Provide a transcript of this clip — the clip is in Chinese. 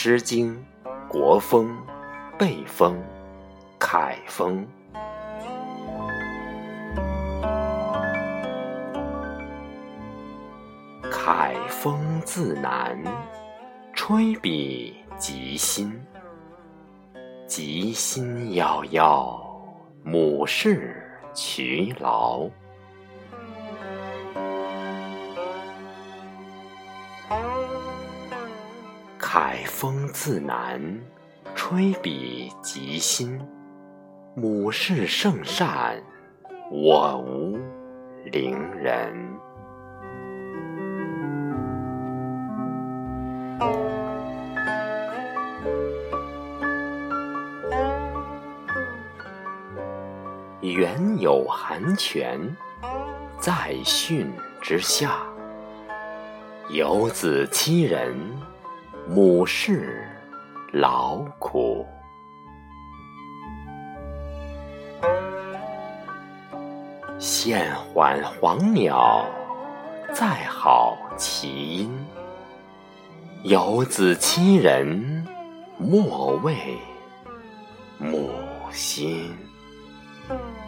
诗经》国风、备风、凯风。凯风自南，吹彼极新。极心夭夭，母氏劬劳。凯风自南，吹彼极新。母氏圣善，我无邻人。原有寒泉，在汛之下。有子七人，母氏劳苦。现还黄鸟，在好其音。有子七人，莫谓母心。